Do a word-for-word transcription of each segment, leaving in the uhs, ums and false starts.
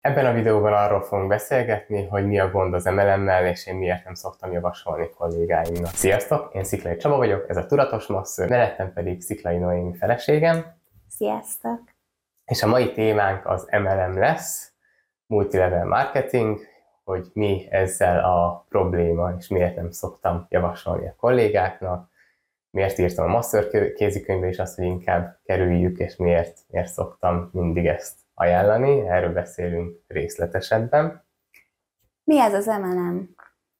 Ebben a videóban arról fogunk beszélgetni, hogy mi a gond az em el em-mel, és én miért nem szoktam javasolni kollégáimnak. Sziasztok! Én Sziklai Csaba vagyok, ez a Tudatos Masször, mellettem pedig Sziklai Noémi feleségem. Sziasztok! És a mai témánk az em el em lesz, Multilevel Marketing, hogy mi ezzel a probléma, és miért nem szoktam javasolni a kollégáknak, miért írtam a Masször kézikönyvbe is azt, hogy inkább kerüljük, és miért, miért szoktam mindig ezt ajánlani. Erről beszélünk részletesebben. Mi ez az em el em?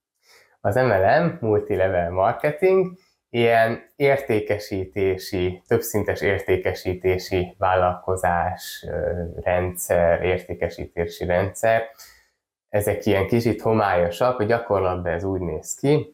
Az em el em, Multilevel Marketing, ilyen értékesítési, többszintes értékesítési vállalkozás, rendszer, értékesítési rendszer. Ezek ilyen kicsit homályosak, hogy gyakorlatban ez úgy néz ki.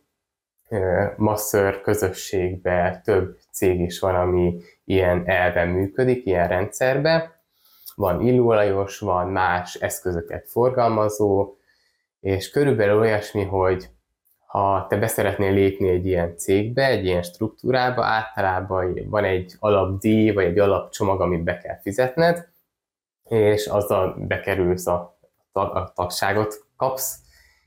Masször közösségben több cég is van, ami ilyen elven működik, ilyen rendszerben. Van illóolajos, van más eszközöket forgalmazó, és körülbelül olyasmi, hogy ha te beszeretnél lépni egy ilyen cégbe, egy ilyen struktúrába, általában van egy alapdíj, vagy egy alapcsomag, amit be kell fizetned, és azzal bekerülsz a, tag, a tagságot kapsz,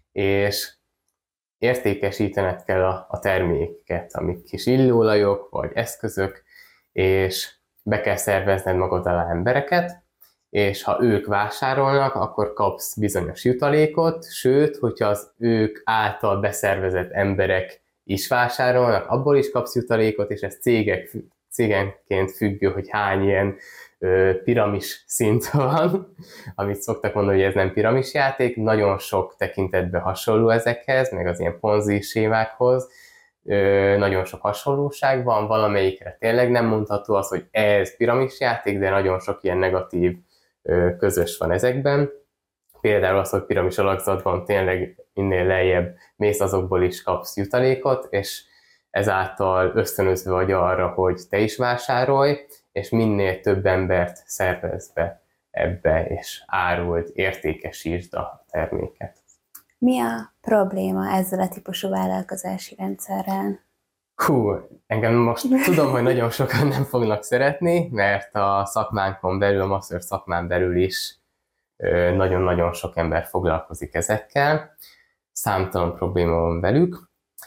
és értékesítened kell a, a terméket, amik kis illóolajok, vagy eszközök, és be kell szervezned magad alá embereket, és ha ők vásárolnak, akkor kapsz bizonyos jutalékot, sőt, hogyha az ők által beszervezett emberek is vásárolnak, abból is kapsz jutalékot, és ez cégek, cégenként függő, hogy hány ilyen ö, piramis szint van, amit szoktak mondani, hogy ez nem piramis játék, nagyon sok tekintetben hasonló ezekhez, meg az ilyen ponzi sémákhoz, ö, nagyon sok hasonlóság van, valamelyikre tényleg nem mondható az, hogy ez piramis játék, de nagyon sok ilyen negatív közös van ezekben. Például az, hogy piramis alakzatban tényleg minél lejjebb mész, azokból is kapsz jutalékot, és ezáltal ösztönözve vagy arra, hogy te is vásárolj, és minél több embert szervezz be ebbe, és áruld, értékesítsd a terméket. Mi a probléma ezzel a típusú vállalkozási rendszerrel? Hú, engem most tudom, hogy nagyon sokan nem fognak szeretni, mert a szakmánkon belül, a masször szakmán belül is nagyon-nagyon sok ember foglalkozik ezekkel. Számtalan probléma van velük.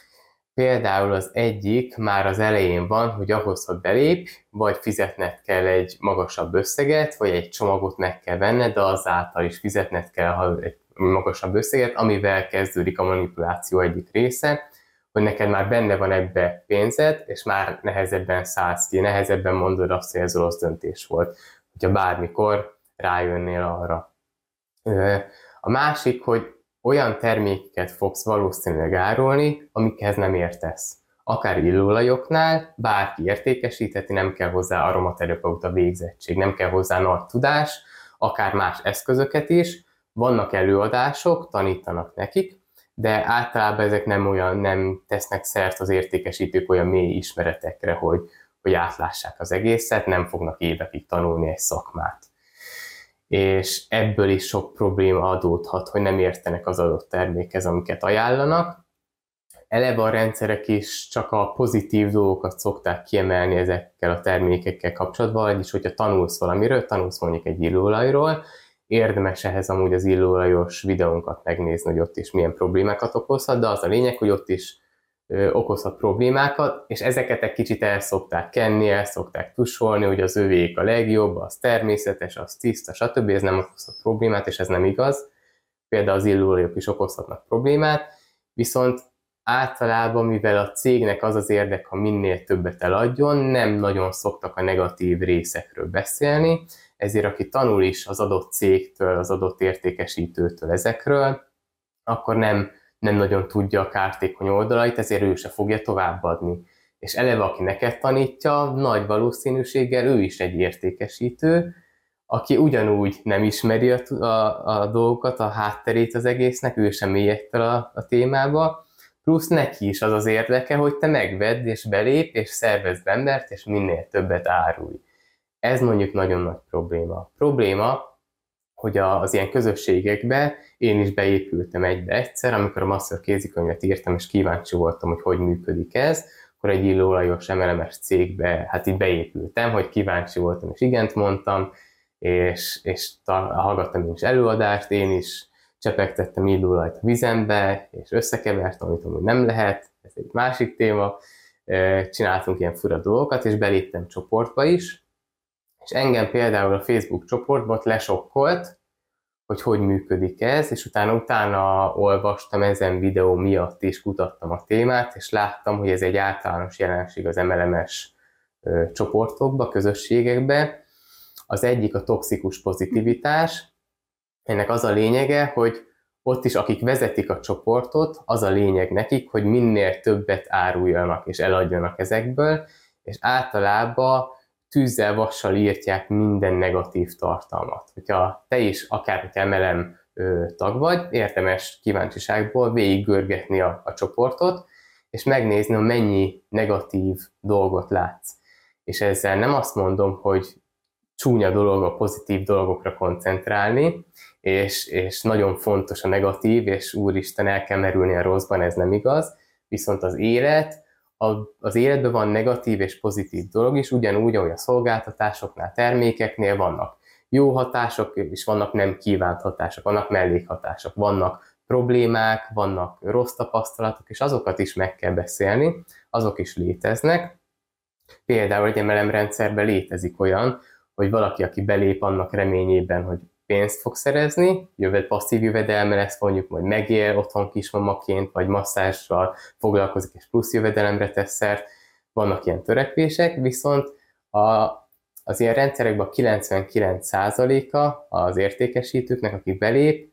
Például az egyik már az elején van, hogy ahhoz, hogy belépj, vagy fizetned kell egy magasabb összeget, vagy egy csomagot meg kell venned, de azáltal is fizetned kell egy magasabb összeget, amivel kezdődik a manipuláció egyik része, hogy neked már benne van ebbe pénzed, és már nehezebben szállsz ki, nehezebben mondod azt, hogy ez rossz döntés volt, hogyha bármikor rájönnél arra. A másik, hogy olyan termékeket fogsz valószínűleg árulni, amikhez nem értesz. Akár illóolajoknál, bárki értékesítheti, nem kell hozzá aromaterapeuta végzettség, nem kell hozzá nagy tudás, akár más eszközöket is, vannak előadások, tanítanak nekik, de általában ezek nem olyan, nem tesznek szert az értékesítők olyan mély ismeretekre, hogy, hogy átlássák az egészet, nem fognak évekig tanulni egy szakmát. És ebből is sok probléma adódhat, hogy nem értenek az adott termékhez, amiket ajánlanak. Eleve a rendszerek is csak a pozitív dolgokat szokták kiemelni ezekkel a termékekkel kapcsolatban, vagyis hogyha tanulsz valamiről, tanulsz mondjuk egy illóolajról, érdemes ehhez amúgy az illóolajos videónkat megnézni, hogy ott is milyen problémákat okozhat, de az a lényeg, hogy ott is ö, okozhat problémákat, és ezeket egy kicsit el szokták kenni, el szokták tusolni, hogy az övék a legjobb, az természetes, az tiszta, stb. Ez nem okozhat problémát, és ez nem igaz. Például az illóolajok is okozhatnak problémát, viszont általában, mivel a cégnek az az érdek, ha minél többet eladjon, nem nagyon szoktak a negatív részekről beszélni, ezért aki tanul is az adott cégtől, az adott értékesítőtől ezekről, akkor nem, nem nagyon tudja a kártékony oldalait, ezért ő se fogja továbbadni. És eleve, aki neked tanítja, nagy valószínűséggel ő is egy értékesítő, aki ugyanúgy nem ismeri a, a, a dolgokat, a hátterét az egésznek, ő sem mélyedtel a, a témába, plusz neki is az az érdeke, hogy te megvedd és belép, és szervezd embert, és minél többet árulj. Ez mondjuk nagyon nagy probléma. Probléma, hogy az ilyen közösségekbe én is beépültem egybe egyszer, amikor a Masször kézikönyvet írtam, és kíváncsi voltam, hogy hogy működik ez, akkor egy illóolajos em el em-es cégbe, hát így beépültem, hogy kíváncsi voltam, és igent mondtam, és, és hallgattam én is előadást, én is csepegtettem illóolajat a vizembe, és összekevertem, amit amúgy nem lehet, ez egy másik téma. Csináltunk ilyen fura dolgokat, és beléptem csoportba is, és engem például a Facebook csoportban lesokkolt, hogy hogy működik ez, és utána, utána olvastam ezen videó miatt is, kutattam a témát, és láttam, hogy ez egy általános jelenség az em el em-es csoportokba, közösségekbe. Az egyik a toxikus pozitivitás. Ennek az a lényege, hogy ott is, akik vezetik a csoportot, az a lényeg nekik, hogy minél többet áruljanak és eladjanak ezekből, és általában tűzzel, vassal írtják minden negatív tartalmat. Hogyha te is, akár hogy em el em tag vagy, érdemes kíváncsiságból végiggörgetni a, a csoportot, és megnézni, hogy mennyi negatív dolgot látsz. És ezzel nem azt mondom, hogy csúnya dolog a pozitív dolgokra koncentrálni, és, és nagyon fontos a negatív, és úristen, el kell merülni a rosszban, ez nem igaz, viszont az élet, a, az életben van negatív és pozitív dolog is, ugyanúgy, ahogy a szolgáltatásoknál, termékeknél vannak jó hatások, és vannak nem kívánt hatások, vannak mellékhatások, vannak problémák, vannak rossz tapasztalatok, és azokat is meg kell beszélni, azok is léteznek. Például egy em el em rendszerben létezik olyan, hogy valaki, aki belép annak reményében, hogy pénzt fog szerezni, jövet, passzív jövedelme lesz, mondjuk majd megél otthon kismamaként, vagy masszással foglalkozik és plusz jövedelemre tesz szert, vannak ilyen törekvések, viszont a, az ilyen rendszerekben a kilencvenkilenc százaléka az értékesítőknek, akik belép,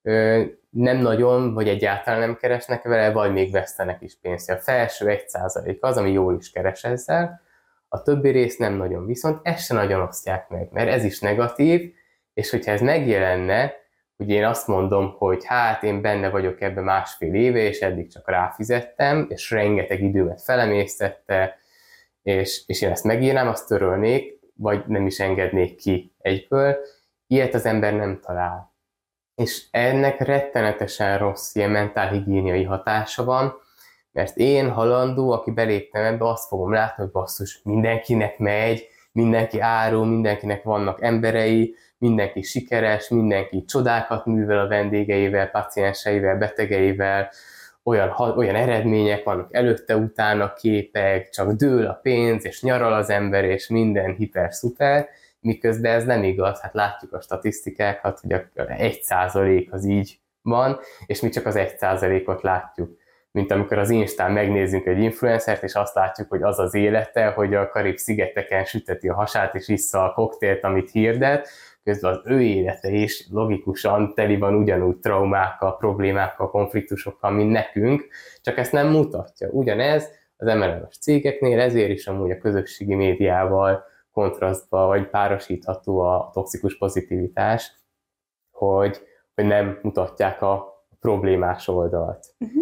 nem nagyon, vagy egyáltalán nem keresnek vele, vagy még vesztenek is pénzt. A felső egy százalék az, ami jól is keres ezzel, a többi rész nem nagyon, viszont ezt se nagyon osztják meg, mert ez is negatív, és hogyha ez megjelenne, hogy én azt mondom, hogy hát én benne vagyok ebbe másfél éve, és eddig csak ráfizettem, és rengeteg időmet felemésztette, és, és én ezt megírnám, azt törölnék, vagy nem is engednék ki egyből, ilyet az ember nem talál. És ennek rettenetesen rossz ilyen mentálhigiéniai hatása van, mert én halandó, aki beléptem ebbe, azt fogom látni, hogy basszus, mindenkinek megy, mindenki árul, mindenkinek vannak emberei, mindenki sikeres, mindenki csodákat művel a vendégeivel, pacienseivel, betegeivel, olyan, olyan eredmények vannak előtte-utána képek, csak dől a pénz, és nyaral az ember, és minden hiper-szuper, miközben ez nem igaz, hát látjuk a statisztikákat, hogy a egy százalék az így van, és mi csak az egy százalékot látjuk. Mint amikor az Instán megnézzünk egy influencert, és azt látjuk, hogy az az élete, hogy a Karib-szigeteken süteti a hasát, és issza a koktélt, amit hirdet, közben az ő élete is logikusan teli van ugyanúgy traumákkal, problémákkal, konfliktusokkal, mint nekünk, csak ezt nem mutatja. Ugyanez az em el em-es cégeknél, ezért is amúgy a közösségi médiával kontrasztba, vagy párosítható a toxikus pozitivitás, hogy, hogy nem mutatják a problémás oldalt. Uh-huh.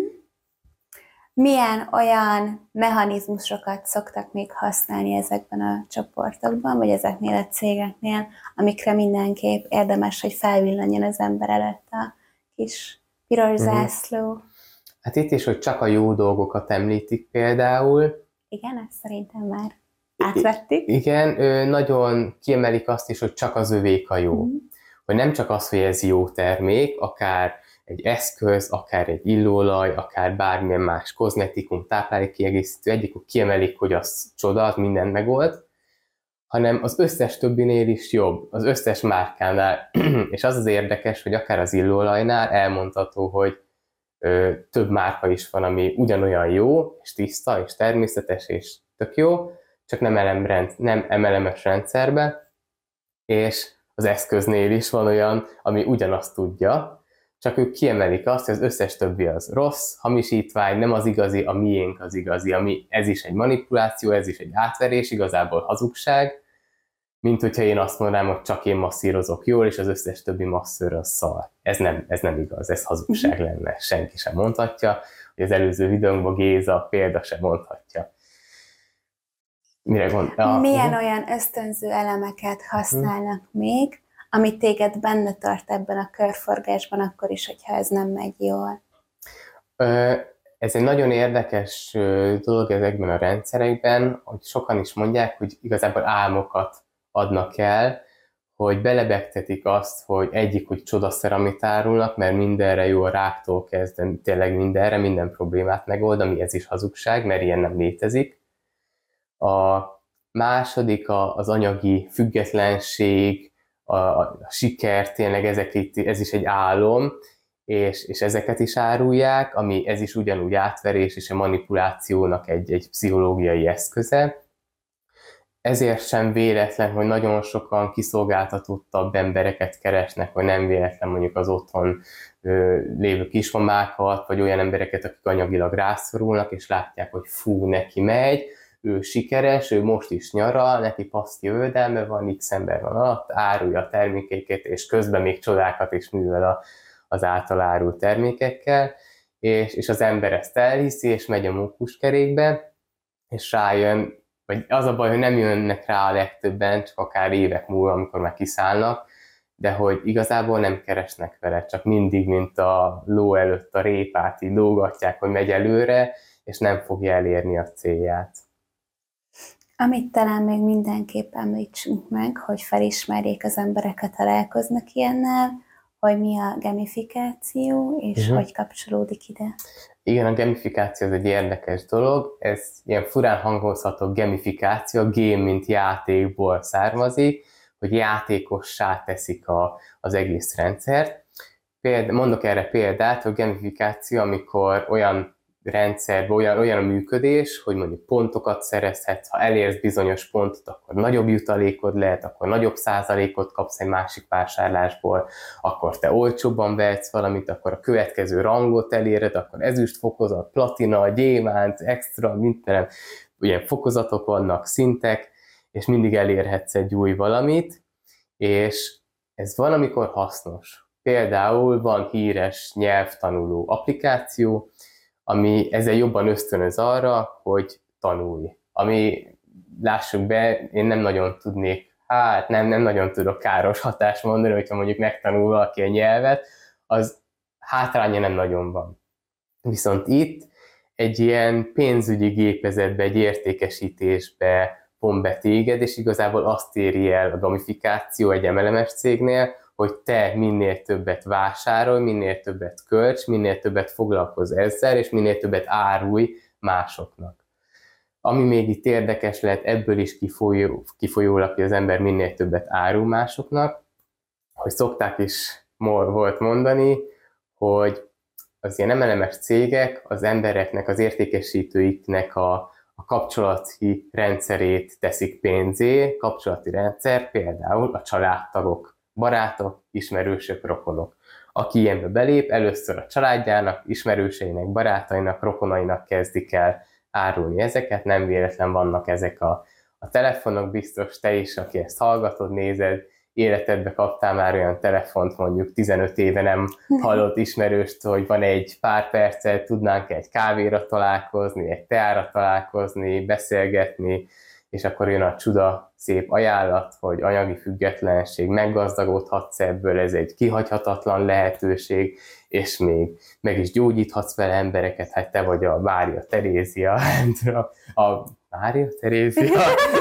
Milyen olyan mechanizmusokat szoktak még használni ezekben a csoportokban, vagy ezeknél a cégeknél, amikre mindenképp érdemes, hogy felvillanjon az ember előtt a kis piros zászló? Uh-huh. Hát itt is, hogy csak a jó dolgokat említik például. Igen, ezt szerintem már átvettük. Igen, nagyon kiemelik azt is, hogy csak az övék a jó. Uh-huh. Hogy nem csak az, hogy ez jó termék, akár egy eszköz, akár egy illóolaj, akár bármilyen más kozmetikum, táplálékkiegészítő, egyikük kiemelik, hogy az csoda, az mindent megold, hanem az összes többinél is jobb, az összes márkánál, és az az érdekes, hogy akár az illóolajnál elmondható, hogy ö, több márka is van, ami ugyanolyan jó, és tiszta, és természetes, és tök jó, csak nem, elem, nem em el em-es rendszerbe, és az eszköznél is van olyan, ami ugyanazt tudja, csak ők kiemelik azt, hogy az összes többi az rossz, hamisítvány, nem az igazi, a miénk az igazi, ami, ez is egy manipuláció, ez is egy átverés, igazából hazugság, mint hogyha én azt mondanám, hogy csak én masszírozok jól, és az összes többi masszőr az szar. Ez nem, ez nem igaz, ez hazugság lenne, senki sem mondhatja, hogy az előző videónkban Géza példa sem mondhatja. Mire gond? Ah, Milyen uh-huh. olyan ösztönző elemeket használnak uh-huh. még, ami téged benne tart ebben a körforgásban, akkor is, hogyha ez nem megy jól? Ez egy nagyon érdekes dolog ezekben a rendszerekben, hogy sokan is mondják, hogy igazából álmokat adnak el, hogy belebegtetik azt, hogy egyik, hogy csodaszer, amit árulnak, mert mindenre jó, a ráktól kezdve tényleg mindenre, minden problémát megold, ami ez is hazugság, mert ilyen nem létezik. A második az anyagi függetlenség, a, a siker, tényleg ezek itt, ez is egy álom, és, és ezeket is árulják, ami ez is ugyanúgy átverés és a manipulációnak egy, egy pszichológiai eszköze. Ezért sem véletlen, hogy nagyon sokan kiszolgáltatottabb embereket keresnek, vagy nem véletlen mondjuk az otthon ö, lévő kismamákat, vagy olyan embereket, akik anyagilag rászorulnak, és látják, hogy fú, neki megy, ő sikeres, ő most is nyaral, neki passzti jövedelme van, x ember van alatt, árulja a termékeket, és közben még csodákat is művel a, az által árult termékekkel, és, és az ember ezt elhiszi, és megy a mókuskerékbe, és rájön, vagy az a baj, hogy nem jönnek rá a legtöbben, csak akár évek múlva, amikor már kiszállnak, de hogy igazából nem keresnek vele, csak mindig, mint a ló előtt a répát, így lógatják, hogy megy előre, és nem fogja elérni a célját. Amit talán még mindenképp említsünk meg, hogy felismerjék az emberek, ha találkoznak ilyennel, hogy mi a gamifikáció, és uh-huh. hogy kapcsolódik ide. Igen, a gamifikáció az egy érdekes dolog, ez ilyen furán hangozható gamifikáció, a game, mint játékból származik, hogy játékossá teszik a, az egész rendszert. Péld, mondok erre példát, hogy gamifikáció, amikor olyan rendszerben olyan, olyan a működés, hogy mondjuk pontokat szerezhetsz, ha elérsz bizonyos pontot, akkor nagyobb jutalékod lehet, akkor nagyobb százalékot kapsz egy másik vásárlásból, akkor te olcsóbban vehetsz valamit, akkor a következő rangot eléred, akkor ezüst fokozat, platina, gyémánt, extra, minden, ugye fokozatok vannak, szintek, és mindig elérhetsz egy új valamit, és ez van, amikor hasznos. Például van híres nyelvtanuló applikáció, ami ezzel jobban ösztönöz arra, hogy tanulj. Ami, lássuk be, én nem nagyon tudnék, hát nem, nem nagyon tudok káros hatást mondani, hogyha mondjuk megtanul valaki a nyelvet, az hátránya nem nagyon van. Viszont itt egy ilyen pénzügyi gépezetbe, egy értékesítésbe von be téged, és igazából azt éri el a gamifikáció egy em el em es cégnél, hogy te minél többet vásárolj, minél többet költs, minél többet foglalkozz ezzel, és minél többet árulj másoknak. Ami még itt érdekes lehet, ebből is kifolyó, kifolyólag, hogy az ember minél többet árul másoknak, hogy szokták is volt mondani, hogy az ilyen em el em es cégek az embereknek, az értékesítőiknek a, a kapcsolati rendszerét teszik pénzé, kapcsolati rendszer például a családtagok, barátok, ismerősök, rokonok. Aki ilyenbe belép, először a családjának, ismerőseinek, barátainak, rokonainak kezdik el árulni ezeket, nem véletlen vannak ezek a, a telefonok, biztos te is, aki ezt hallgatod, nézed, életedbe kaptál már olyan telefont, mondjuk tizenöt éve nem hallott ismerőst, hogy van egy pár perccel, tudnánk egy kávéra találkozni, egy teára találkozni, beszélgetni, és akkor jön a csuda szép ajánlat, hogy anyagi függetlenség, meggazdagodhatsz ebből, ez egy kihagyhatatlan lehetőség, és még meg is gyógyíthatsz vele embereket, hát te vagy a Mária Terézia, a Mária Terézia?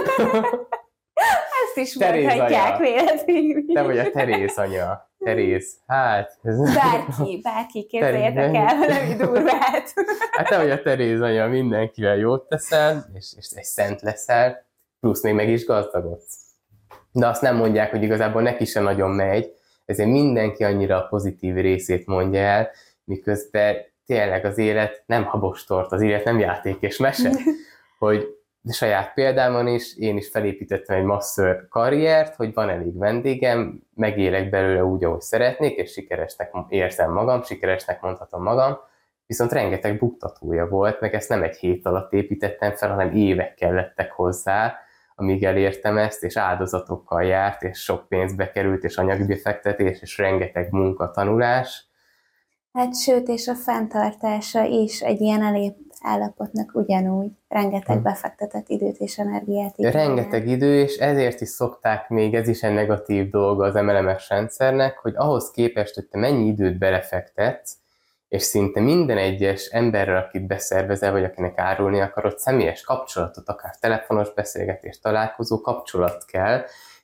Ezt is mondhatják véletlenül. Te vagy a Teréz anya. Teréz, hát... Ez... Bárki, bárki, képzeljétek el valami durvát. Hát te vagy a Teréz anya, mindenkivel jót teszel, és, és egy szent leszel, plusz még meg is gazdagodsz. De azt nem mondják, hogy igazából neki sem nagyon megy, ezért mindenki annyira a pozitív részét mondja el, miközben tényleg az élet nem habostort, az élet nem játék és mese, hogy de saját példámon is, én is felépítettem egy masször karriert, hogy van elég vendégem, megélek belőle úgy, ahogy szeretnék, és sikeresnek érzem magam, sikeresnek mondhatom magam, viszont rengeteg buktatója volt, meg ezt nem egy hét alatt építettem fel, hanem évek kellettek hozzá, amíg elértem ezt, és áldozatokkal járt, és sok pénzbe került, és anyagi befektetés, és rengeteg munkatanulás. Hát sőt, és a fenntartása is egy ilyen elég állapotnak ugyanúgy rengeteg befektetett időt és energiát. Rengeteg idő, és ezért is szokták, még ez is egy negatív dolga az em el em es rendszernek, hogy ahhoz képest, hogy te mennyi időt belefektetsz, és szinte minden egyes emberrel, akit beszervezel, vagy akinek árulni akarod, személyes kapcsolatot, akár telefonos beszélgetés, találkozó kapcsolat kell, és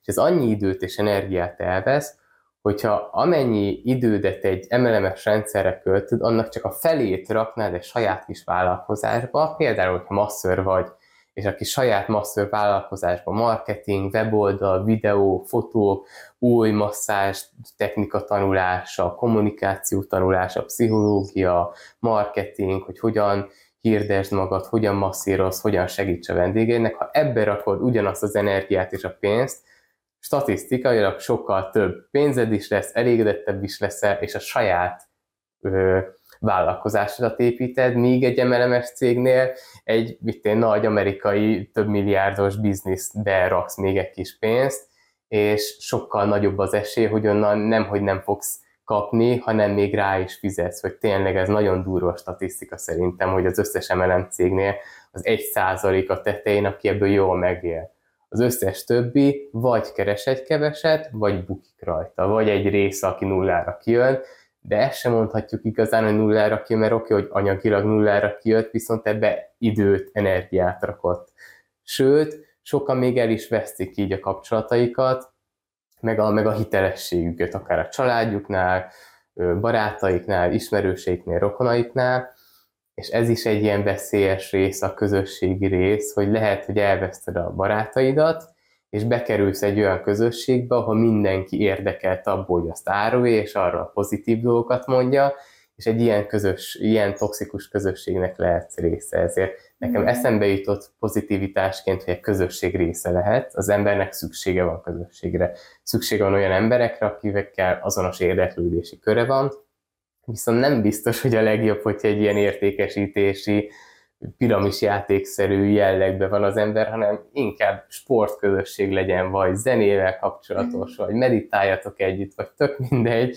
ez annyi időt és energiát elvesz, hogyha amennyi idődet egy em el em-es rendszerre költöd, annak csak a felét raknád egy saját kis vállalkozásba, például, hogyha masször vagy, és aki saját masször vállalkozásban marketing, weboldal, videó, fotók, új masszázs technika tanulása, kommunikáció tanulása, pszichológia, marketing, hogy hogyan hirdesd magad, hogyan masszírozz, hogyan segíts a vendégeinek, ha ebbe rakod ugyanazt az energiát és a pénzt, statisztikailag sokkal több pénzed is lesz, elégedettebb is leszel, és a saját ö, vállalkozásodat építed, míg egy em el em-es cégnél egy mit nagy amerikai több milliárdos bizniszbe raksz még egy kis pénzt, és sokkal nagyobb az esély, hogy onnan nemhogy nem fogsz kapni, hanem még rá is fizetsz, hogy tényleg ez nagyon durva statisztika szerintem, hogy az összes em el em cégnél az egy százalék a tetején, aki ebből jól megél. Az összes többi vagy keres egy keveset, vagy bukik rajta, vagy egy része, aki nullára kijön, de ezt sem mondhatjuk igazán, hogy nullára kijön, mert oké, hogy anyagilag nullára kijött, viszont ebbe időt, energiát rakott. Sőt, sokan még el is vesztik így a kapcsolataikat, meg a, meg a hitelességüket, akár a családjuknál, barátaiknál, ismerőseiknél, rokonaiknál, és ez is egy ilyen veszélyes rész, a közösségi rész, hogy lehet, hogy elveszted a barátaidat, és bekerülsz egy olyan közösségbe, ahol mindenki érdekelt abból, hogy azt árulja, és arra a pozitív dolgokat mondja, és egy ilyen, közös, ilyen toxikus közösségnek lehetsz része. Ezért nekem eszembe jutott pozitivitásként, hogy egy közösség része lehet, az embernek szüksége van közösségre. Szüksége van olyan emberekre, akikkel azonos érdeklődési köre van, viszont nem biztos, hogy a legjobb, hogyha egy ilyen értékesítési, piramisjátékszerű jellegben van az ember, hanem inkább sportközösség legyen, vagy zenével kapcsolatos, vagy meditáljatok együtt, vagy tök mindegy,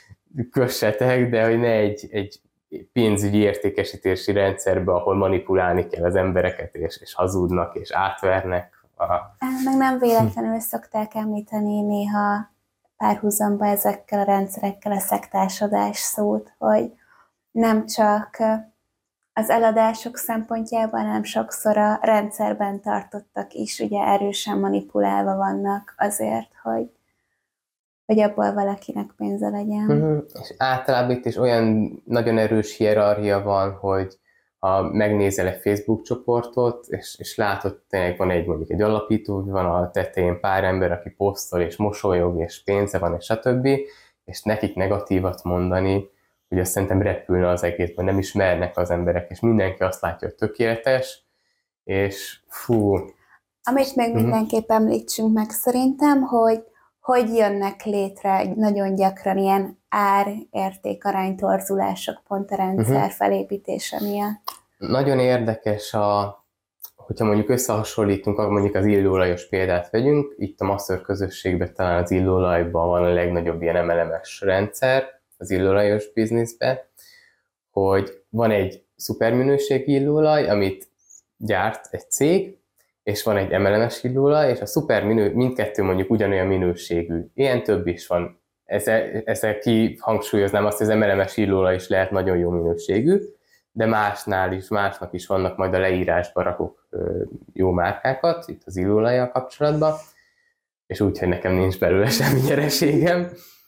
kössetek, de hogy ne egy, egy pénzügyi értékesítési rendszerbe, ahol manipulálni kell az embereket, és, és hazudnak, és átvernek. A... Meg nem véletlenül szokták említeni néha párhuzamba ezekkel a rendszerekkel a szektásodás szót, hogy nem csak az eladások szempontjában, hanem sokszor a rendszerben tartottak is ugye erősen manipulálva vannak azért, hogy, hogy abból valakinek pénze legyen. Uh-huh. És általában itt is olyan nagyon erős hierarchia van, hogy ha megnézel egy Facebook csoportot, és, és látod, tényleg van egy mondjuk egy alapító, van a tetején pár ember, aki posztol, és mosolyog, és pénze van, és stb., és nekik negatívat mondani, hogy azt szerintem repülne az egészben, nem ismernek az emberek, és mindenki azt látja, hogy tökéletes, és fú. Amit még uh-huh. mindenképp említsünk meg szerintem, hogy hogy jönnek létre nagyon gyakran ilyen ár-érték-arány torzulások pont a rendszer uh-huh. felépítése miatt. Nagyon érdekes, a, hogyha mondjuk összehasonlítunk, mondjuk az illóolajos példát vegyünk, itt a masször közösségben talán az illóolajban van a legnagyobb ilyen em el em-es rendszer, az illóolajos bizniszben, hogy van egy szuperminőségi illóolaj, amit gyárt egy cég, és van egy em el em-es illóolaj, és a szuperminő, mindkettő mondjuk ugyanolyan minőségű. Ilyen több is van. Ezzel, ezzel kihangsúlyoznám azt, hogy az em el em-es illóolaj is lehet nagyon jó minőségű, de másnál is, másnak is vannak, majd a leírásba rakok jó márkákat, itt az illóolajjal kapcsolatban, és úgy, hogy nekem nincs belőle semmi nyereségem.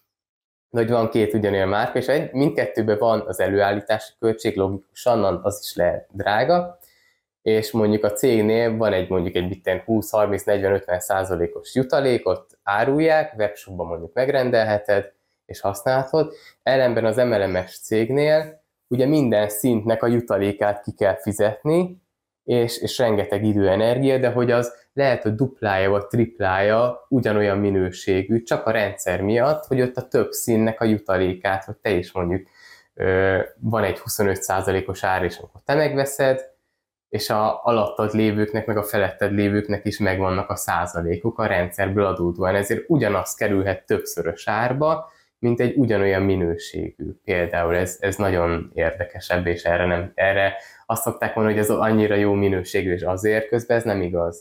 De hogy van két ugyanolyan márka, és mindkettőben van az előállítási költség, logikusan az is lehet drága, és mondjuk a cégnél van egy mondjuk egy húsz, harminc, negyven, ötven százalékos jutalékot árulják, webshopban mondjuk megrendelheted, és használhatod. Ellenben az em el em-es cégnél ugye minden szintnek a jutalékát ki kell fizetni, és, és rengeteg idő, energia, de hogy az lehet, hogy duplája vagy triplája ugyanolyan minőségű, csak a rendszer miatt, hogy ott a több színnek a jutalékát, hogy te is mondjuk van egy huszonöt százalékos ár, és akkor te megveszed, és a alattad lévőknek, meg a feletted lévőknek is megvannak a százalékok a rendszerből adódóan, ezért ugyanaz kerülhet többszörös árba, mint egy ugyanolyan minőségű. Például ez, ez nagyon érdekesebb, és erre, nem, erre azt szokták mondani, hogy ez annyira jó minőségű, és azért közben ez nem igaz.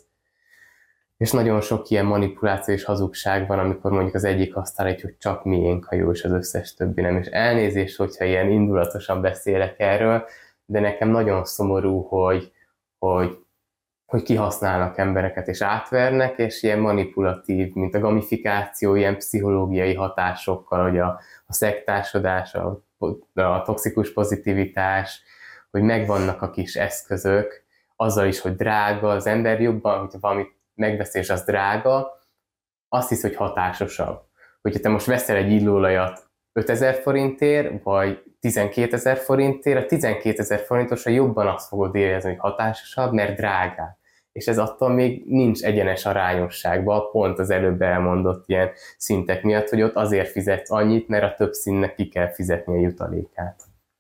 És nagyon sok ilyen manipuláció és hazugság van, amikor mondjuk az egyik azt állítja, hogy csak miénk a jó, és az összes többi nem. És elnézést, hogyha ilyen indulatosan beszélek erről, de nekem nagyon szomorú, hogy, hogy hogy kihasználnak embereket és átvernek, és ilyen manipulatív, mint a gamifikáció, ilyen pszichológiai hatásokkal, hogy a, a szektásodás, a, a toxikus pozitivitás, hogy megvannak a kis eszközök, azzal is, hogy drága, az ember jobban, hogyha valamit megvesz és az drága, azt hisz, hogy hatásosabb. Hogyha te most veszel egy illóolajat ötezer forintért, vagy tizenkétezer forintért, a tizenkétezer forintosra jobban azt fogod érezni, hogy hatásosabb, mert drágább. És ez attól még nincs egyenes arányosságban, pont az előbb elmondott ilyen szintek miatt, hogy ott azért fizetsz annyit, mert a több színnek ki kell fizetni a jutalékát.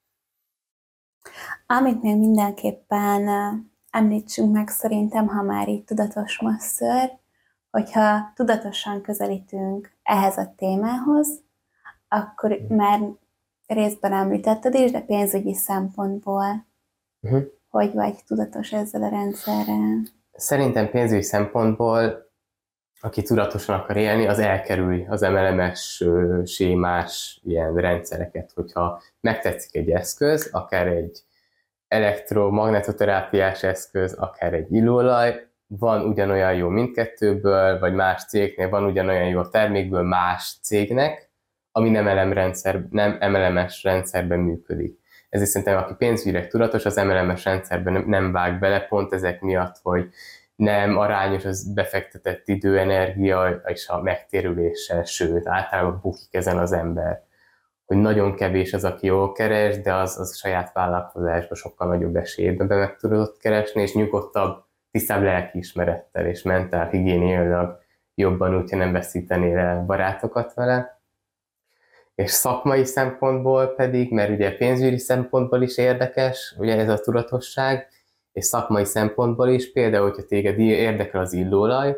Amit még mindenképpen említsünk meg szerintem, ha már így tudatos masször, hogyha tudatosan közelítünk ehhez a témához, akkor már részben említetted is, de pénzügyi szempontból, uh-huh. hogy vagy tudatos ezzel a rendszerrel? Szerintem pénzügyi szempontból, aki tudatosan akar élni, az elkerül az em el em-es sémás ilyen rendszereket. Hogyha megtetszik egy eszköz, akár egy elektromagnetoterápiás eszköz, akár egy illóolaj, van ugyanolyan jó mindkettőből, vagy más cégnél van ugyanolyan jó a termékből más cégnek, ami nem, rendszer, nem em el em-es rendszerben működik. Ezért szerintem, aki pénzügyileg tudatos, az em el em-es rendszerben nem, nem vág bele, pont ezek miatt, hogy nem arányos az befektetett idő, energia és a megtérüléssel, sőt, általában bukik ezen az ember. Hogy nagyon kevés az, aki jól keres, de az, az saját vállalkozásban sokkal nagyobb esélyben be meg tudott keresni, és nyugodtabb, tisztább lelkiismerettel és mentál higiéniailag jobban, úgyhogy nem veszítenél el barátokat vele. És szakmai szempontból pedig, mert ugye pénzügyi szempontból is érdekes, ugye ez a tudatosság, és szakmai szempontból is, például, hogyha téged érdekel az illóolaj,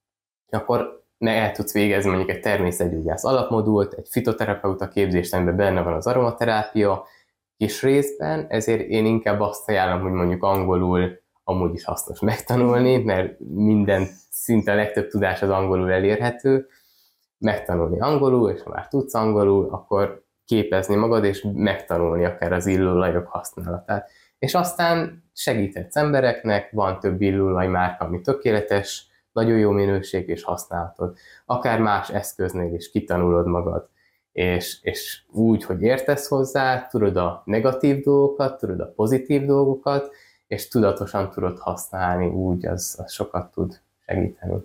akkor el tudsz végezni mondjuk egy természetgyógyász alapmodult, egy fitoterapeuta képzést, amiben benne van az aromaterápia kis részben, ezért én inkább azt ajánlom, hogy mondjuk angolul amúgy is hasznos megtanulni, mert minden, szinte a legtöbb tudás az angolul elérhető, megtanulni angolul, és ha már tudsz angolul, akkor képezni magad, és megtanulni akár az illóolajok használatát. És aztán segíthetsz embereknek, van több illóolaj márka, ami tökéletes, nagyon jó minőség, és használhatod. Akár más eszköznél is kitanulod magad, és, és úgy, hogy értesz hozzá, tudod a negatív dolgokat, tudod a pozitív dolgokat, és tudatosan tudod használni, úgy az, az sokat tud segíteni.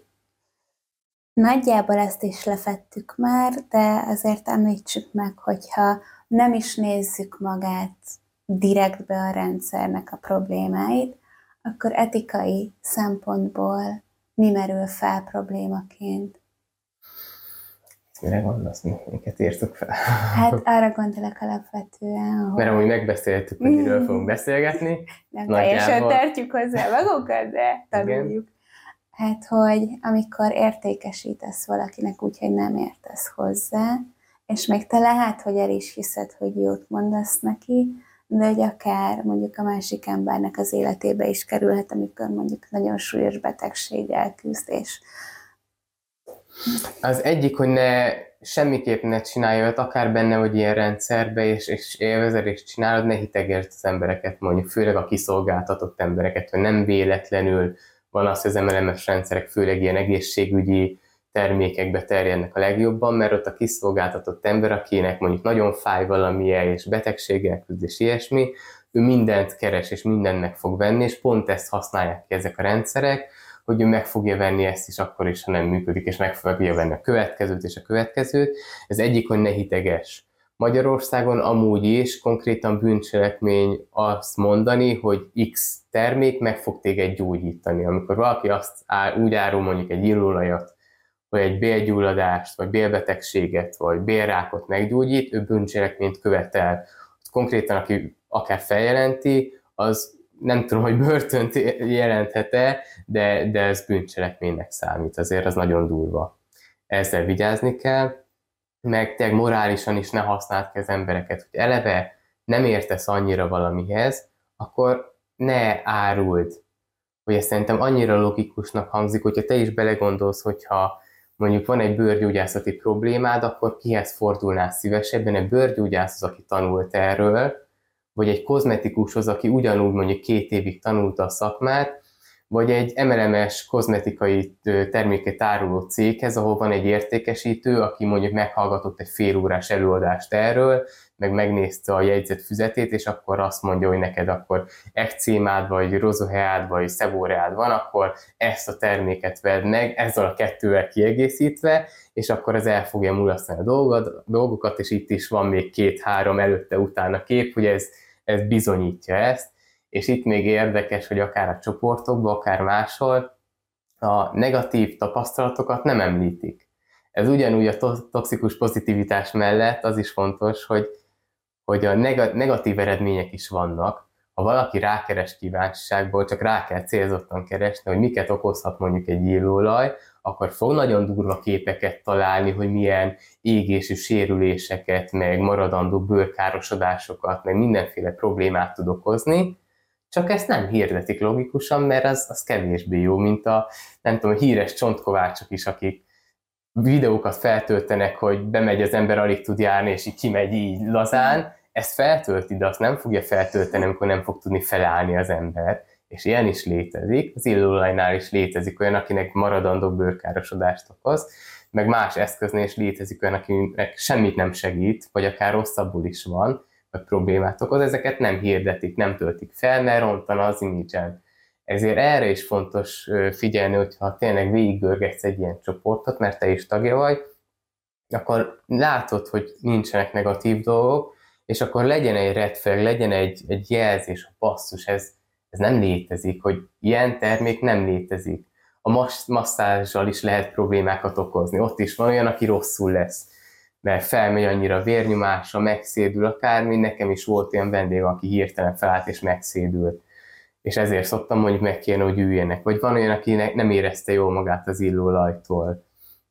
Nagyjából ezt is lefettük már, de azért említsük meg, hogyha nem is nézzük magát direktbe a rendszernek a problémáit, akkor etikai szempontból mi merül fel problémaként? Mire gondolsz, minket írtuk fel? Hát arra gondolok alapvetően, hogy... Mert amúgy megbeszéltük, hogy miről fogunk beszélgetni. Nem teljesen tartjuk hozzá magunkat, de tanuljuk. Igen. Hát, hogy amikor értékesítesz valakinek úgy, hogy nem értesz hozzá, és még te lehet, hogy el is hiszed, hogy jót mondasz neki, de hogy akár mondjuk a másik embernek az életébe is kerülhet, amikor mondjuk nagyon súlyos betegséggel küzd, és... Az egyik, hogy ne, semmiképp ne csinálj olyat, akár benne, hogy ilyen rendszerbe, és, és élvezed, és csinálod, ne hitegesd az embereket, mondjuk főleg a kiszolgáltatott embereket, hogy nem véletlenül van az, hogy az em el em-es rendszerek főleg ilyen egészségügyi termékekbe terjednek a legjobban, mert ott a kiszolgáltatott ember, akinek mondjuk nagyon fáj valamilyen, és betegséggel küzd, és ilyesmi, ő mindent keres, és mindennek fog venni, és pont ezt használják ki ezek a rendszerek, hogy ő meg fogja venni ezt is akkor is, ha nem működik, és meg fogja venni a következőt és a következőt. Ez egyik, hogy ne hiteges. Magyarországon amúgy is konkrétan bűncselekmény azt mondani, hogy X termék meg fog téged gyógyítani. Amikor valaki azt áll, úgy árul mondjuk egy illóolajat, vagy egy bélgyulladást, vagy bélbetegséget, vagy bélrákot meggyógyít, ő bűncselekményt követel. Konkrétan, aki akár feljelenti, az nem tudom, hogy börtönt jelenthet-e, de, de ez bűncselekménynek számít. Azért az nagyon durva. Ezzel vigyázni kell, meg te morálisan is ne használd ki az embereket, hogy eleve nem értesz annyira valamihez, akkor ne áruld. Hogy ez szerintem annyira logikusnak hangzik, hogyha te is belegondolsz, hogyha mondjuk van egy bőrgyógyászati problémád, akkor kihez fordulnál szívesebben? Egy bőrgyógyászhoz, aki tanult erről, vagy egy kozmetikushoz, aki ugyanúgy mondjuk két évig tanulta a szakmát, vagy egy em el em-es kozmetikai terméket áruló céghez, ahol van egy értékesítő, aki mondjuk meghallgatott egy fél órás előadást erről, meg megnézte a jegyzett füzetét, és akkor azt mondja, hogy neked akkor ekcémád, vagy rozoheád, vagy szebóreád van, akkor ezt a terméket vedd meg, ezzel a kettővel kiegészítve, és akkor ez el fogja mulasztani a dolgod, dolgokat, és itt is van még két-három előtte-utána kép, hogy ez, ez bizonyítja ezt. És itt még érdekes, hogy akár a csoportokban, akár máshol a negatív tapasztalatokat nem említik. Ez ugyanúgy a to- toxikus pozitivitás mellett az is fontos, hogy, hogy a neg- negatív eredmények is vannak. Ha valaki rákeres kíváncsiságból, csak rá kell célzottan keresni, hogy miket okozhat mondjuk egy illóolaj, akkor fog nagyon durva képeket találni, hogy milyen égésű sérüléseket, meg maradandó bőrkárosodásokat, meg mindenféle problémát tud okozni, csak ezt nem hirdetik logikusan, mert az, az kevésbé jó, mint a, nem tudom, a híres csontkovácsok is, akik videókat feltöltenek, hogy bemegy az ember, alig tud járni, és így kimegy így lazán, ezt feltölti, de azt nem fogja feltölteni, amikor nem fog tudni felállni az ember. És ilyen is létezik, az illóolajnál is létezik olyan, akinek maradandó bőrkárosodást okoz, meg más eszköznél is létezik olyan, akinek semmit nem segít, vagy akár rosszabbul is van, vagy problémát okoz, ezeket nem hirdetik, nem töltik fel, mert rontana az imidzsen. Ezért erre is fontos figyelni, hogyha tényleg végiggörgetsz egy ilyen csoportot, mert te is tagja vagy, akkor látod, hogy nincsenek negatív dolgok, és akkor legyen egy red flag, legyen egy, egy jelzés, a basszus, ez, ez nem létezik, hogy ilyen termék nem létezik. A masszázsal is lehet problémákat okozni, ott is van olyan, aki rosszul lesz, mert felmegy annyira a vérnyomása, megszédül akármi, nekem is volt olyan vendég, aki hirtelen felállt és megszédült. És ezért szoktam mondjuk megkérni, hogy üljenek. Vagy van olyan, aki nem érezte jól magát az illóolajtól.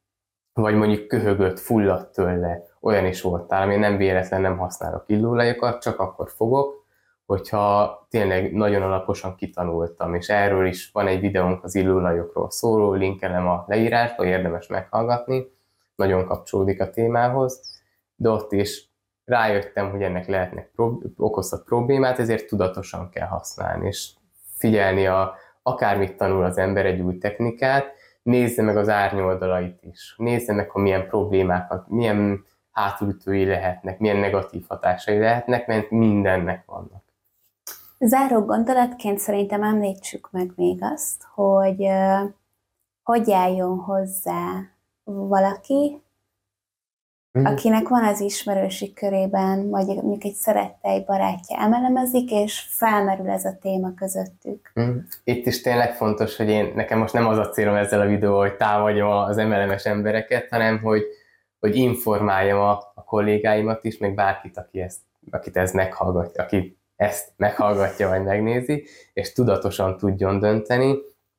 Vagy mondjuk köhögött, fulladt tőle. Olyan is voltál, ami nem véletlen nem használok illóolajokat, csak akkor fogok, hogyha tényleg nagyon alaposan kitanultam. És erről is van egy videónk az illóolajokról szóló, linkelem a leírásba, érdemes meghallgatni. Nagyon kapcsolódik a témához, de ott is rájöttem, hogy ennek lehetnek okozhat problémát, ezért tudatosan kell használni, és figyelni, a, akármit tanul az ember egy új technikát, nézze meg az árnyoldalait is, nézze meg, hogy milyen problémákat, milyen hátulütői lehetnek, milyen negatív hatásai lehetnek, mert mindennek vannak. Záró gondolatként szerintem említsük meg még azt, hogy uh, hogy álljon hozzá valaki, mm. akinek van az ismerősi körében, vagy mondjuk egy szerette, egy barátja emelemezik, és felmerül ez a téma közöttük. Mm. Itt is tényleg fontos, hogy én, nekem most nem az a célom ezzel a videóval, hogy támadjam az em el em-es embereket, hanem hogy, hogy informáljam a, a kollégáimat is, meg bárkit, aki ezt, akit ez meghallgatja, aki ezt meghallgatja, vagy megnézi, és tudatosan tudjon dönteni.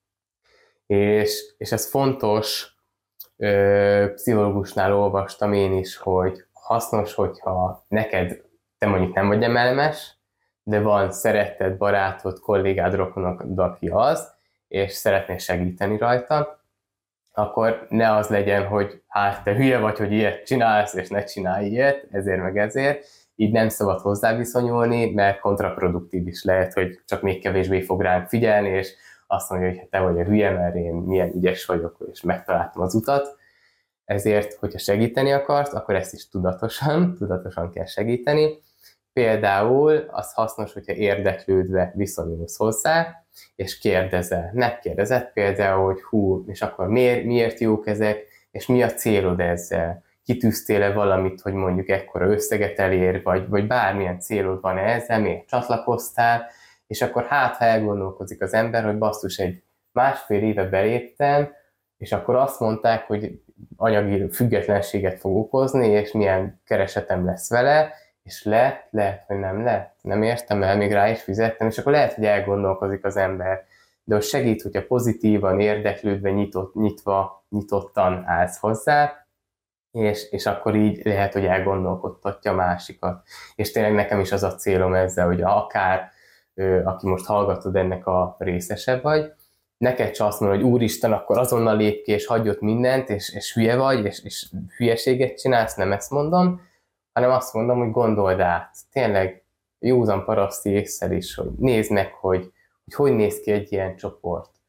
És, és ez fontos, Ö, pszichológusnál olvastam én is, hogy hasznos, hogyha neked, te mondjuk nem vagy em el em-es, de van szeretted, barátod, kollégád, rokonod, aki az, és szeretnél segíteni rajta, akkor ne az legyen, hogy hát te hülye vagy, hogy ilyet csinálsz, és ne csinálj ilyet, ezért meg ezért. Így nem szabad hozzáviszonyulni, mert kontraproduktív is lehet, hogy csak még kevésbé fog ránk figyelni, és azt mondja, hogy te vagy a hülye, mert én milyen ügyes vagyok, és megtaláltam az utat. Ezért, hogyha segíteni akarsz, akkor ezt is tudatosan, tudatosan kell segíteni. Például az hasznos, hogyha érdeklődve viszonyulsz hozzá, és kérdezel. Megkérdezed például, hogy hú, és akkor miért, miért jók ezek, és mi a célod ezzel? Kitűztél-e valamit, hogy mondjuk ekkora összeget elér, vagy, vagy bármilyen célod van ezzel, miért csatlakoztál, és akkor hát, ha elgondolkozik az ember, hogy basszus, egy másfél éve beléptem, és akkor azt mondták, hogy anyagi függetlenséget fog okozni, és milyen keresetem lesz vele, és lehet, lehet, hogy nem lehet, nem értem el, még rá is fizettem, és akkor lehet, hogy elgondolkozik az ember. De hogy segít, hogyha pozitívan, érdeklődve, nyitott, nyitva, nyitottan állsz hozzá, és, és akkor így lehet, hogy elgondolkodtatja a másikat. És tényleg nekem is az a célom ezzel, hogy akár aki most hallgatod, ennek a részese vagy, neked csak azt mondod, hogy úristen, akkor azonnal lép ki, és hagyj ott mindent, és, és hülye vagy, és, és hülyeséget csinálsz, nem ezt mondom, hanem azt mondom, hogy gondold át. Tényleg józan paraszti ésszel is, hogy nézd meg, hogy, hogy hogy néz ki egy ilyen csoport.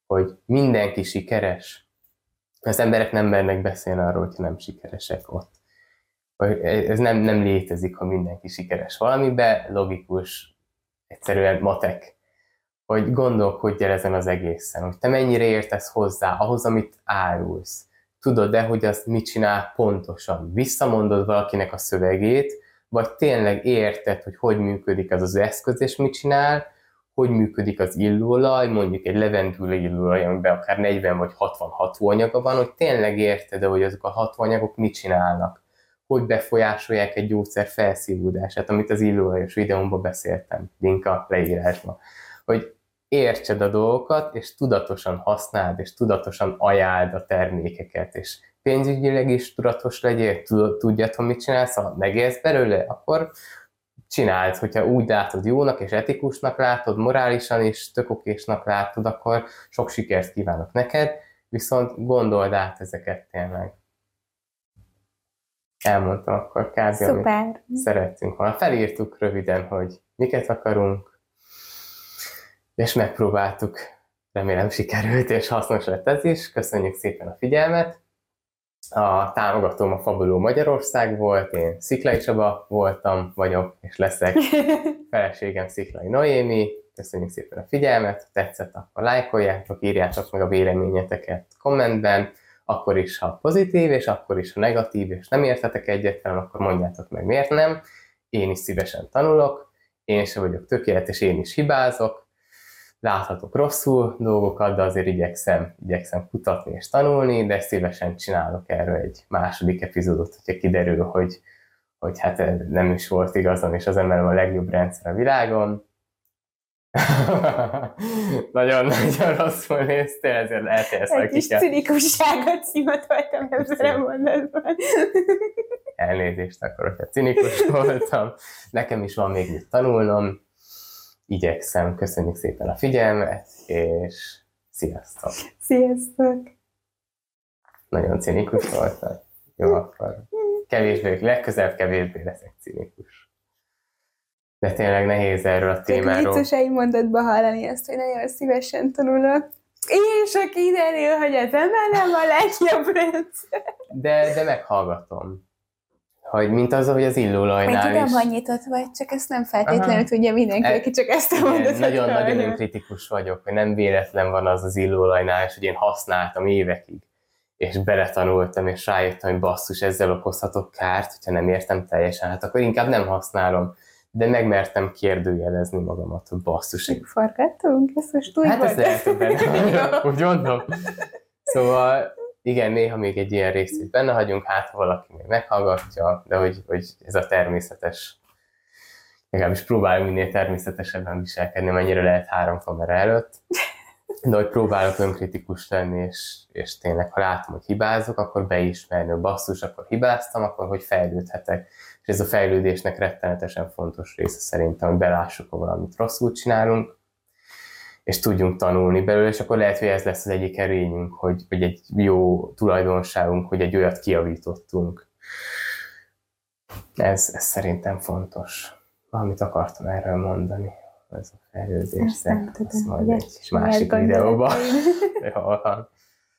hogy mindenki sikeres. Az emberek nem mernek beszélni arról, hogyha nem sikeresek ott. Ez nem, nem létezik, ha mindenki sikeres valamiben, logikus, egyszerűen matek, hogy gondolkodj el ezen az egészen, hogy te mennyire értesz hozzá ahhoz, amit árulsz. Tudod-e, hogy azt mit csinál pontosan? Visszamondod valakinek a szövegét, vagy tényleg érted, hogy hogy működik az az eszköz, és mit csinál, hogy működik az illóolaj, mondjuk egy levendula illóolaj, amiben akár negyven vagy hatvan hatóanyaga van, hogy tényleg érted, hogy azok a hatóanyagok mit csinálnak, hogy befolyásolják egy gyógyszer felszívódását, amit az illóolajos videómban beszéltem, link a leírásban. Hogy értsed a dolgokat, és tudatosan használd, és tudatosan ajánld a termékeket, és pénzügyileg is tudatos legyél, tudjad, hogy mit csinálsz, ha megérsz belőle, akkor csináld, hogyha úgy látod jónak és etikusnak látod, morálisan is tök okésnak látod, akkor sok sikert kívánok neked, viszont gondold át ezeket tényleg. Elmondtam akkor kb. Szuper. Amit szerettünk volna. Felírtuk röviden, hogy miket akarunk, és megpróbáltuk. Remélem sikerült, és hasznos lett ez is. Köszönjük szépen a figyelmet. A támogatóm a Fabuló Magyarország volt, én Sziklai Csaba voltam, vagyok, és leszek. Feleségem Sziklai Noémi. Köszönjük szépen a figyelmet, tetszett, akkor lájkoljátok, írjátok meg a véleményeteket kommentben, akkor is, ha pozitív, és akkor is, ha negatív, és nem értetek egyet velem, akkor mondjátok meg, miért nem. Én is szívesen tanulok, én sem vagyok tökéletes, én is hibázok, láthatok rosszul dolgokat, de azért igyekszem, igyekszem kutatni és tanulni, de szívesen csinálok erről egy második epizódot, hogyha kiderül, hogy, hogy hát nem is volt igazam, és az emelem a legjobb rendszer a világon. Nagyon-nagyon rosszul néztél, ezért eltérsz a egy kis cinikusságot szimatoltam ebben a mondatban. Elnézést akkor, hogyha cinikus voltam. Nekem is van még mit tanulnom. Igyekszem. Köszönjük szépen a figyelmet, és sziasztok! Sziasztok! Nagyon cinikus voltam. Jó, akkor kevésbé, legközelebb kevésbé leszek cinikus. De tényleg nehéz erről a témáról. Csak vicces egy mondatban hallani azt, hogy nagyon szívesen tanulok. És a kiderül, hogy ez emelem a legjobb rendszer. De, de meghallgatom. Hogy mint az, hogy az illóolajnál is. Én tudom, is. hogy nyitott vagy, csak ezt nem feltétlenül Aha. tudja mindenki, aki csak ezt a mondatot. Nagyon-nagyon önkritikus vagyok, hogy nem véletlen van az az illóolajnál, és hogy én használtam évekig. És beletanultam, és rájöttem, hogy basszus, ezzel okozhatok kárt, hogyha nem értem teljesen, hát akkor inkább nem használom. De megmertem kérdőjelezni magamat, hogy basszus. Forgattunk? Ezt most úgy hát ez lehet benne, úgy mondom. Szóval igen, néha még egy ilyen részt is benne hagyunk, hát ha valaki még meghallgatja, de hogy, hogy ez a természetes, legalábbis próbálunk minél természetesebben viselkedni, mennyire lehet három kamera előtt. De hogy próbálok önkritikus lenni, és, és tényleg, ha látom, hogy hibázok, akkor beismerni, hogy basszus, akkor hibáztam, akkor hogy fejlődhetek. És ez a fejlődésnek rettenetesen fontos része szerintem, hogy belássuk, ha valamit rosszul csinálunk, és tudjunk tanulni belőle, és akkor lehet, hogy ez lesz az egyik erényünk, hogy, hogy egy jó tulajdonságunk, hogy egy olyat kijavítottunk. Ez, ez szerintem fontos. Valamit akartam erről mondani. Ez a fejlődés, ezt majd egy kis másik videóban. Jól van.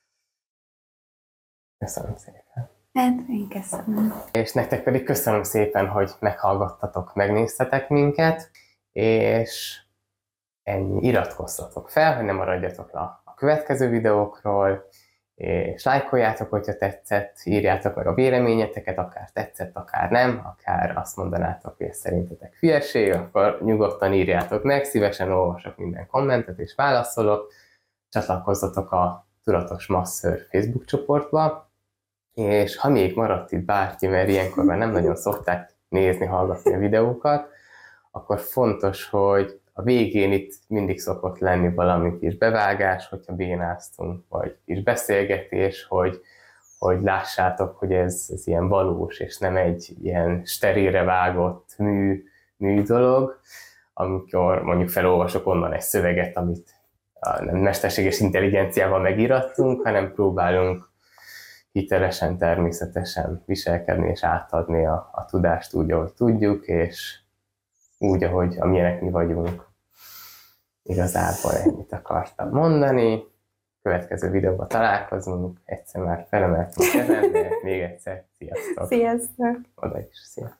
Köszönöm szépen. Hát, én köszönöm. És nektek pedig köszönöm szépen, hogy meghallgattatok, megnéztetek minket, és ennyi, iratkozzatok fel, hogy ne maradjatok le a következő videókról, és lájkoljátok, hogyha tetszett, írjátok meg a véleményeteket, akár tetszett, akár nem, akár azt mondanátok, hogy ez szerintetek hülyeség, akkor nyugodtan írjátok meg, szívesen olvasok minden kommentet és válaszolok, csatlakozzatok a Tudatos Masször Facebook csoportba, és ha még maradt itt bárki, mert ilyenkor már nem nagyon szokták nézni, hallgatni a videókat, akkor fontos, hogy a végén itt mindig szokott lenni valami kis bevágás, hogyha bénáztunk, vagy kis beszélgetés, hogy, hogy lássátok, hogy ez, ez ilyen valós, és nem egy ilyen sterilre vágott mű, mű dolog, amikor mondjuk felolvasok onnan egy szöveget, amit a nem mesterséges intelligenciával megírattunk, hanem próbálunk hitelesen, természetesen viselkedni és átadni a, a tudást úgy, ahogy tudjuk, és úgy, ahogy amilyenek mi vagyunk. Igazából ennyit akartam mondani. következő videóban találkozunk. Egyszer már felemeltünk ezen, de még egyszer sziasztok! Sziasztok! Oda is, szia!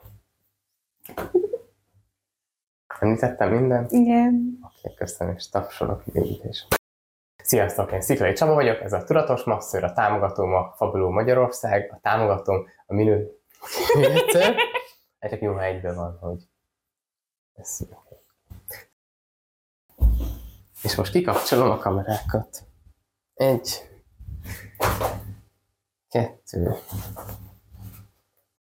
Említettem mindent? Igen. Oké, köszönöm, és tapsolok még is. Sziasztok, én Sziklai Csaba vagyok, ez a Tudatos Masször, a támogatóm a Fabuló Magyarország, a támogatóm a minő... Még egyszer? Hát csak jó, ha egyben van, hogy... Ez... És most kikapcsolom a kamerákat. Egy... Kettő...